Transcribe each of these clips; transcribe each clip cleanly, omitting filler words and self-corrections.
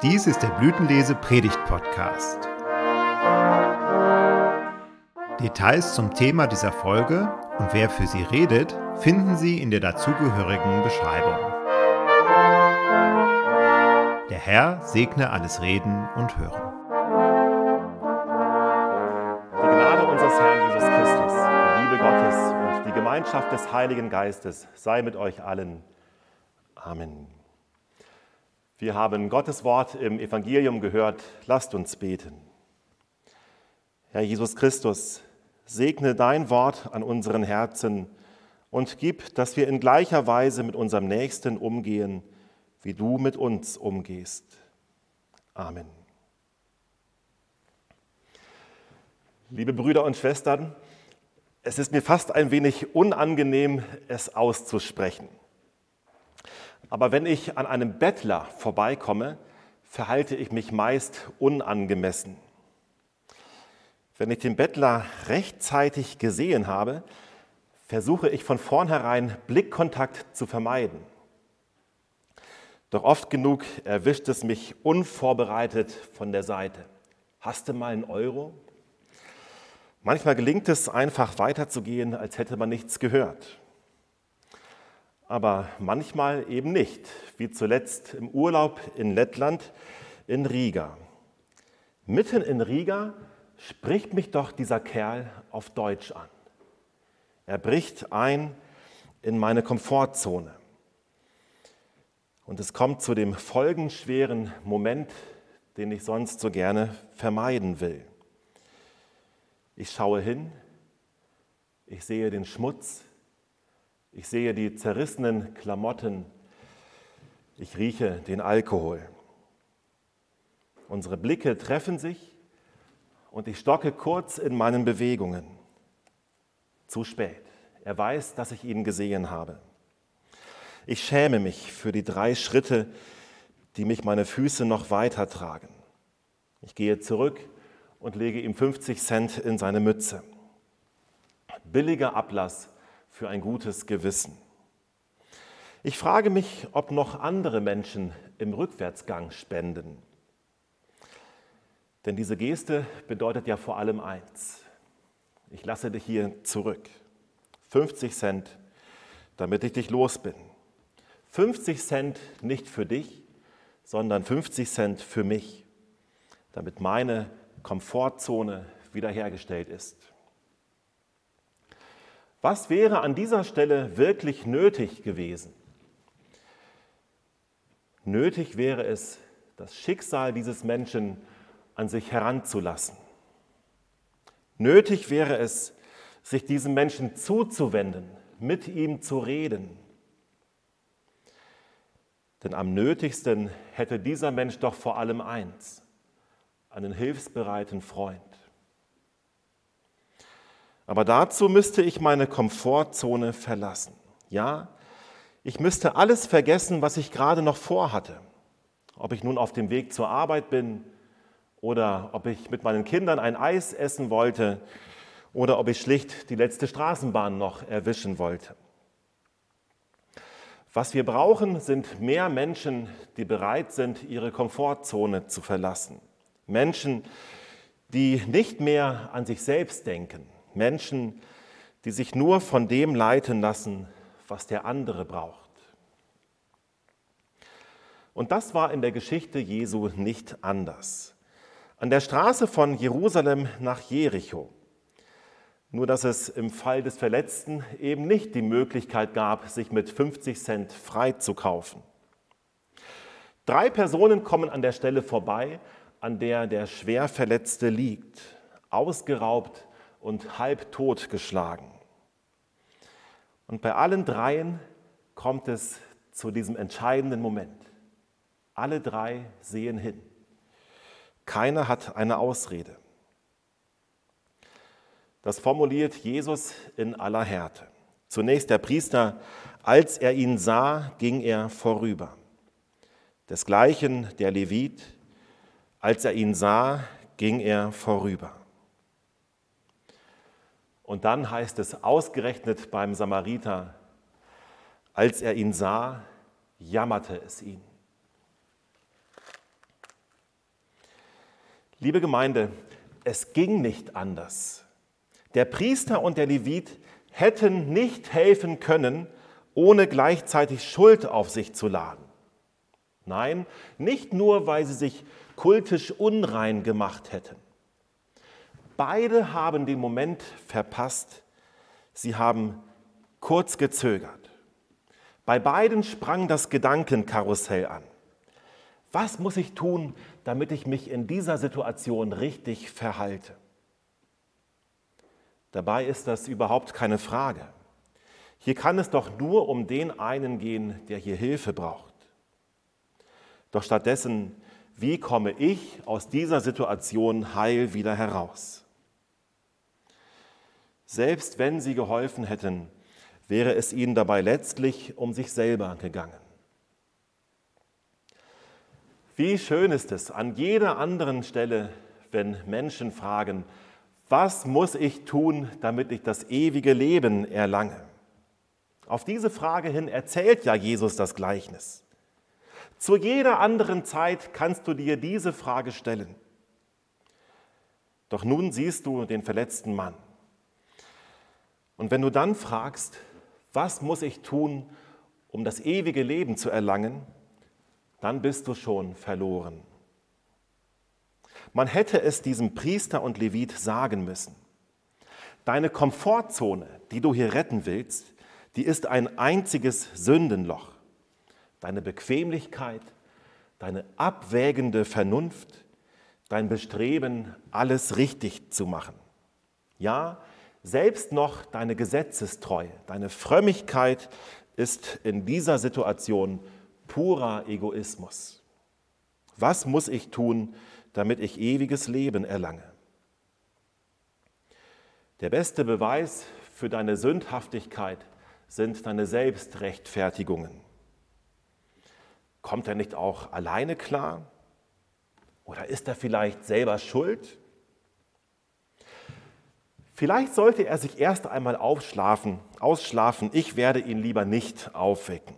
Dies ist der Blütenlese-Predigt-Podcast. Details zum Thema dieser Folge und wer für sie redet, finden Sie in der dazugehörigen Beschreibung. Der Herr segne alles Reden und Hören. Die Gnade unseres Herrn Jesus Christus, die Liebe Gottes und die Gemeinschaft des Heiligen Geistes sei mit euch allen. Amen. Wir haben Gottes Wort im Evangelium gehört. Lasst uns beten. Herr Jesus Christus, segne dein Wort an unseren Herzen und gib, dass wir in gleicher Weise mit unserem Nächsten umgehen, wie du mit uns umgehst. Amen. Liebe Brüder und Schwestern, es ist mir fast ein wenig unangenehm, es auszusprechen. Aber wenn ich an einem Bettler vorbeikomme, verhalte ich mich meist unangemessen. Wenn ich den Bettler rechtzeitig gesehen habe, versuche ich von vornherein Blickkontakt zu vermeiden. Doch oft genug erwischt es mich unvorbereitet von der Seite. Hast du mal einen Euro? Manchmal gelingt es einfach weiterzugehen, als hätte man nichts gehört. Aber manchmal eben nicht, wie zuletzt im Urlaub in Lettland in Riga. Mitten in Riga spricht mich doch dieser Kerl auf Deutsch an. Er bricht ein in meine Komfortzone. Und es kommt zu dem folgenschweren Moment, den ich sonst so gerne vermeiden will. Ich schaue hin, ich sehe den Schmutz, ich sehe die zerrissenen Klamotten, ich rieche den Alkohol. Unsere Blicke treffen sich und ich stocke kurz in meinen Bewegungen. Zu spät. Er weiß, dass ich ihn gesehen habe. Ich schäme mich für die 3 Schritte, die mich meine Füße noch weiter tragen. Ich gehe zurück und lege ihm 50 Cent in seine Mütze. Billiger Ablass für ein gutes Gewissen. Ich frage mich, ob noch andere Menschen im Rückwärtsgang spenden. Denn diese Geste bedeutet ja vor allem eins. Ich lasse dich hier zurück. 50 Cent, damit ich dich los bin. 50 Cent nicht für dich, sondern 50 Cent für mich, damit meine Komfortzone wiederhergestellt ist. Was wäre an dieser Stelle wirklich nötig gewesen? Nötig wäre es, das Schicksal dieses Menschen an sich heranzulassen. Nötig wäre es, sich diesem Menschen zuzuwenden, mit ihm zu reden. Denn am nötigsten hätte dieser Mensch doch vor allem eins: einen hilfsbereiten Freund. Aber dazu müsste ich meine Komfortzone verlassen. Ja, ich müsste alles vergessen, was ich gerade noch vorhatte. Ob ich nun auf dem Weg zur Arbeit bin oder ob ich mit meinen Kindern ein Eis essen wollte oder ob ich schlicht die letzte Straßenbahn noch erwischen wollte. Was wir brauchen, sind mehr Menschen, die bereit sind, ihre Komfortzone zu verlassen. Menschen, die nicht mehr an sich selbst denken. Menschen, die sich nur von dem leiten lassen, was der andere braucht. Und das war in der Geschichte Jesu nicht anders. An der Straße von Jerusalem nach Jericho. Nur dass es im Fall des Verletzten eben nicht die Möglichkeit gab, sich mit 50 Cent freizukaufen. 3 Personen kommen an der Stelle vorbei, an der der Schwerverletzte liegt, ausgeraubt und halbtot geschlagen. Und bei allen 3 kommt es zu diesem entscheidenden Moment. Alle 3 sehen hin. Keiner hat eine Ausrede. Das formuliert Jesus in aller Härte. Zunächst der Priester: Als er ihn sah, ging er vorüber. Desgleichen der Levit: Als er ihn sah, ging er vorüber. Und dann heißt es ausgerechnet beim Samariter: Als er ihn sah, jammerte es ihn. Liebe Gemeinde, es ging nicht anders. Der Priester und der Levit hätten nicht helfen können, ohne gleichzeitig Schuld auf sich zu laden. Nein, nicht nur, weil sie sich kultisch unrein gemacht hätten. Beide haben den Moment verpasst. Sie haben kurz gezögert. Bei beiden sprang das Gedankenkarussell an. Was muss ich tun, damit ich mich in dieser Situation richtig verhalte? Dabei ist das überhaupt keine Frage. Hier kann es doch nur um den einen gehen, der hier Hilfe braucht. Doch stattdessen, wie komme ich aus dieser Situation heil wieder heraus? Selbst wenn sie geholfen hätten, wäre es ihnen dabei letztlich um sich selber gegangen. Wie schön ist es an jeder anderen Stelle, wenn Menschen fragen, was muss ich tun, damit ich das ewige Leben erlange? Auf diese Frage hin erzählt ja Jesus das Gleichnis. Zu jeder anderen Zeit kannst du dir diese Frage stellen. Doch nun siehst du den verletzten Mann. Und wenn du dann fragst, was muss ich tun, um das ewige Leben zu erlangen, dann bist du schon verloren. Man hätte es diesem Priester und Levit sagen müssen. Deine Komfortzone, die du hier retten willst, die ist ein einziges Sündenloch. Deine Bequemlichkeit, deine abwägende Vernunft, dein Bestreben, alles richtig zu machen. Ja, selbst noch deine Gesetzestreue, deine Frömmigkeit ist in dieser Situation purer Egoismus. Was muss ich tun, damit ich ewiges Leben erlange? Der beste Beweis für deine Sündhaftigkeit sind deine Selbstrechtfertigungen. Kommt er nicht auch alleine klar? Oder ist er vielleicht selber schuld? Vielleicht sollte er sich erst einmal ausschlafen. Ich werde ihn lieber nicht aufwecken.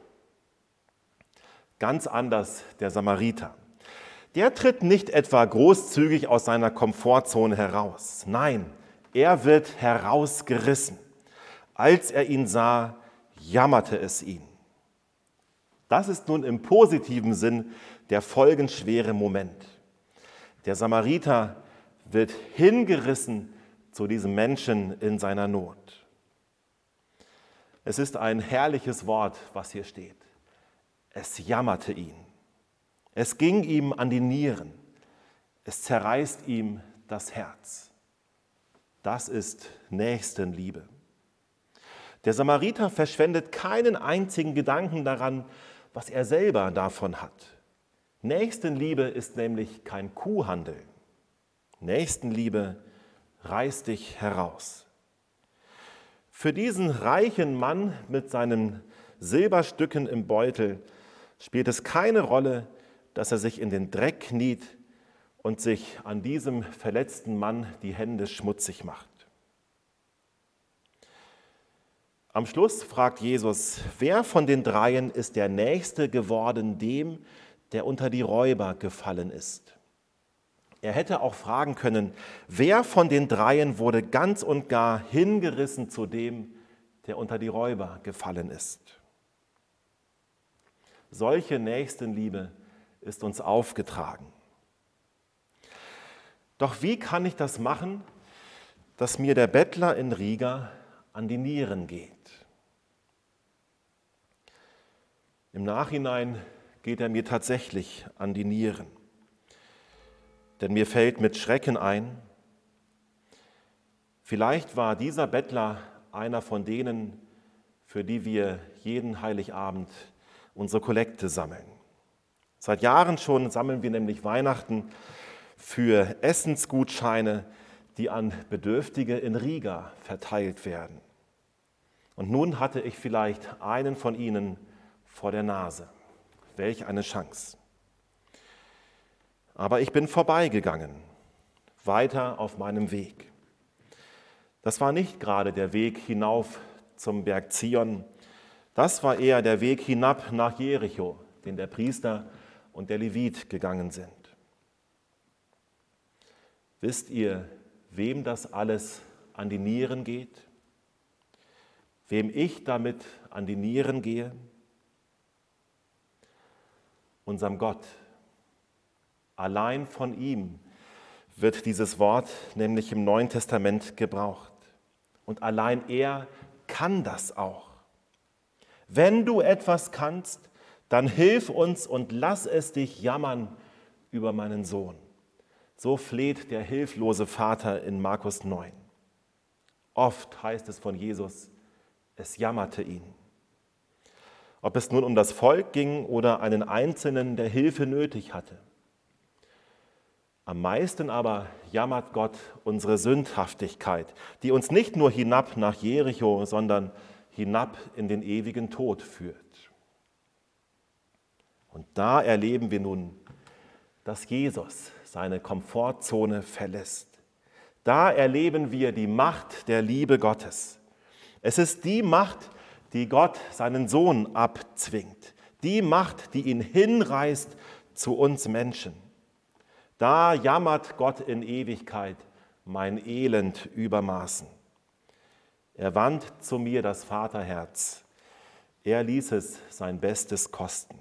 Ganz anders der Samariter. Der tritt nicht etwa großzügig aus seiner Komfortzone heraus. Nein, er wird herausgerissen. Als er ihn sah, jammerte es ihn. Das ist nun im positiven Sinn der folgenschwere Moment. Der Samariter wird hingerissen zu diesem Menschen in seiner Not. Es ist ein herrliches Wort, was hier steht. Es jammerte ihn. Es ging ihm an die Nieren. Es zerreißt ihm das Herz. Das ist Nächstenliebe. Der Samariter verschwendet keinen einzigen Gedanken daran, was er selber davon hat. Nächstenliebe ist nämlich kein Kuhhandel. Nächstenliebe reißt dich heraus. Für diesen reichen Mann mit seinen Silberstücken im Beutel spielt es keine Rolle, dass er sich in den Dreck kniet und sich an diesem verletzten Mann die Hände schmutzig macht. Am Schluss fragt Jesus, wer von den dreien ist der Nächste geworden dem, der unter die Räuber gefallen ist? Er hätte auch fragen können, wer von den dreien wurde ganz und gar hingerissen zu dem, der unter die Räuber gefallen ist? Solche Nächstenliebe ist uns aufgetragen. Doch wie kann ich das machen, dass mir der Bettler in Riga an die Nieren geht? Im Nachhinein geht er mir tatsächlich an die Nieren. Denn mir fällt mit Schrecken ein, vielleicht war dieser Bettler einer von denen, für die wir jeden Heiligabend unsere Kollekte sammeln. Seit Jahren schon sammeln wir nämlich Weihnachten für Essensgutscheine, die an Bedürftige in Riga verteilt werden. Und nun hatte ich vielleicht einen von ihnen vor der Nase. Welch eine Chance. Aber ich bin vorbeigegangen, weiter auf meinem Weg. Das war nicht gerade der Weg hinauf zum Berg Zion, das war eher der Weg hinab nach Jericho, den der Priester und der Levit gegangen sind. Wisst ihr, wem das alles an die Nieren geht? Wem ich damit an die Nieren gehe? Unserem Gott. Allein von ihm wird dieses Wort nämlich im Neuen Testament gebraucht. Und allein er kann das auch. Wenn du etwas kannst, dann hilf uns und lass es dich jammern über meinen Sohn. So fleht der hilflose Vater in Markus 9. Oft heißt es von Jesus, es jammerte ihn. Ob es nun um das Volk ging oder einen Einzelnen, der Hilfe nötig hatte. Am meisten aber jammert Gott unsere Sündhaftigkeit, die uns nicht nur hinab nach Jericho, sondern hinab in den ewigen Tod führt. Und da erleben wir nun, dass Jesus seine Komfortzone verlässt. Da erleben wir die Macht der Liebe Gottes. Es ist die Macht, die Gott seinen Sohn abzwingt. Die Macht, die ihn hinreißt zu uns Menschen. Da jammert Gott in Ewigkeit mein Elend übermaßen. Er wandt zu mir das Vaterherz. Er ließ es sein Bestes kosten.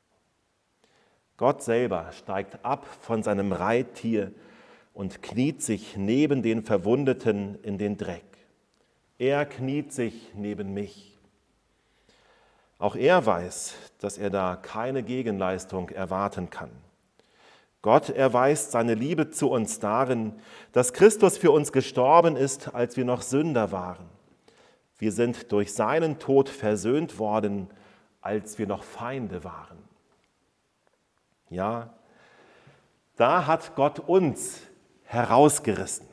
Gott selber steigt ab von seinem Reittier und kniet sich neben den Verwundeten in den Dreck. Er kniet sich neben mich. Auch er weiß, dass er da keine Gegenleistung erwarten kann. Gott erweist seine Liebe zu uns darin, dass Christus für uns gestorben ist, als wir noch Sünder waren. Wir sind durch seinen Tod versöhnt worden, als wir noch Feinde waren. Ja, da hat Gott uns herausgerissen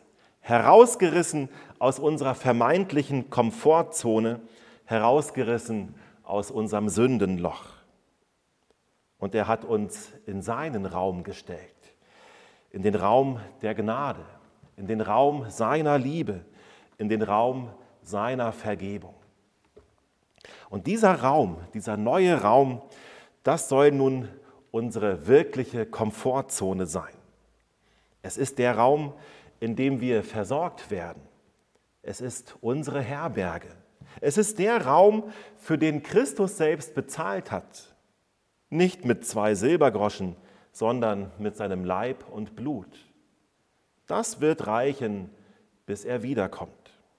aus unserer vermeintlichen Komfortzone, herausgerissen aus unserem Sündenloch. Und er hat uns in seinen Raum gestellt, in den Raum der Gnade, in den Raum seiner Liebe, in den Raum seiner Vergebung. Und dieser Raum, dieser neue Raum, das soll nun unsere wirkliche Komfortzone sein. Es ist der Raum, in dem wir versorgt werden. Es ist unsere Herberge. Es ist der Raum, für den Christus selbst bezahlt hat. Nicht mit 2 Silbergroschen, sondern mit seinem Leib und Blut. Das wird reichen, bis er wiederkommt.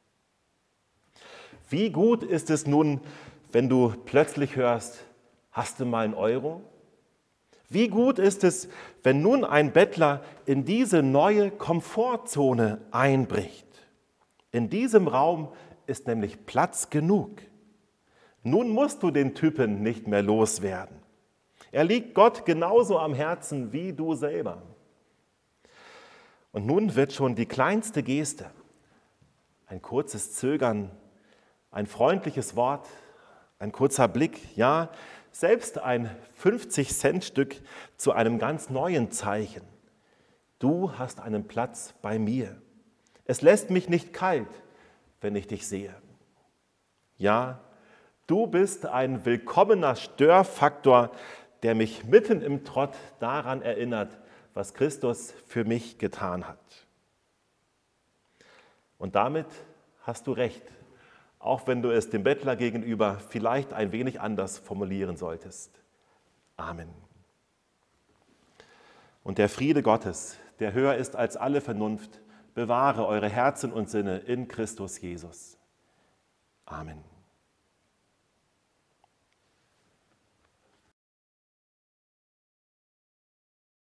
Wie gut ist es nun, wenn du plötzlich hörst, hast du mal einen Euro? Wie gut ist es, wenn nun ein Bettler in diese neue Komfortzone einbricht? In diesem Raum ist nämlich Platz genug. Nun musst du den Typen nicht mehr loswerden. Er liegt Gott genauso am Herzen wie du selber. Und nun wird schon die kleinste Geste, ein kurzes Zögern, ein freundliches Wort, ein kurzer Blick, ja, selbst ein 50-Cent-Stück zu einem ganz neuen Zeichen. Du hast einen Platz bei mir. Es lässt mich nicht kalt, wenn ich dich sehe. Ja, du bist ein willkommener Störfaktor, der mich mitten im Trott daran erinnert, was Christus für mich getan hat. Und damit hast du recht, auch wenn du es dem Bettler gegenüber vielleicht ein wenig anders formulieren solltest. Amen. Und der Friede Gottes, der höher ist als alle Vernunft, bewahre eure Herzen und Sinne in Christus Jesus. Amen.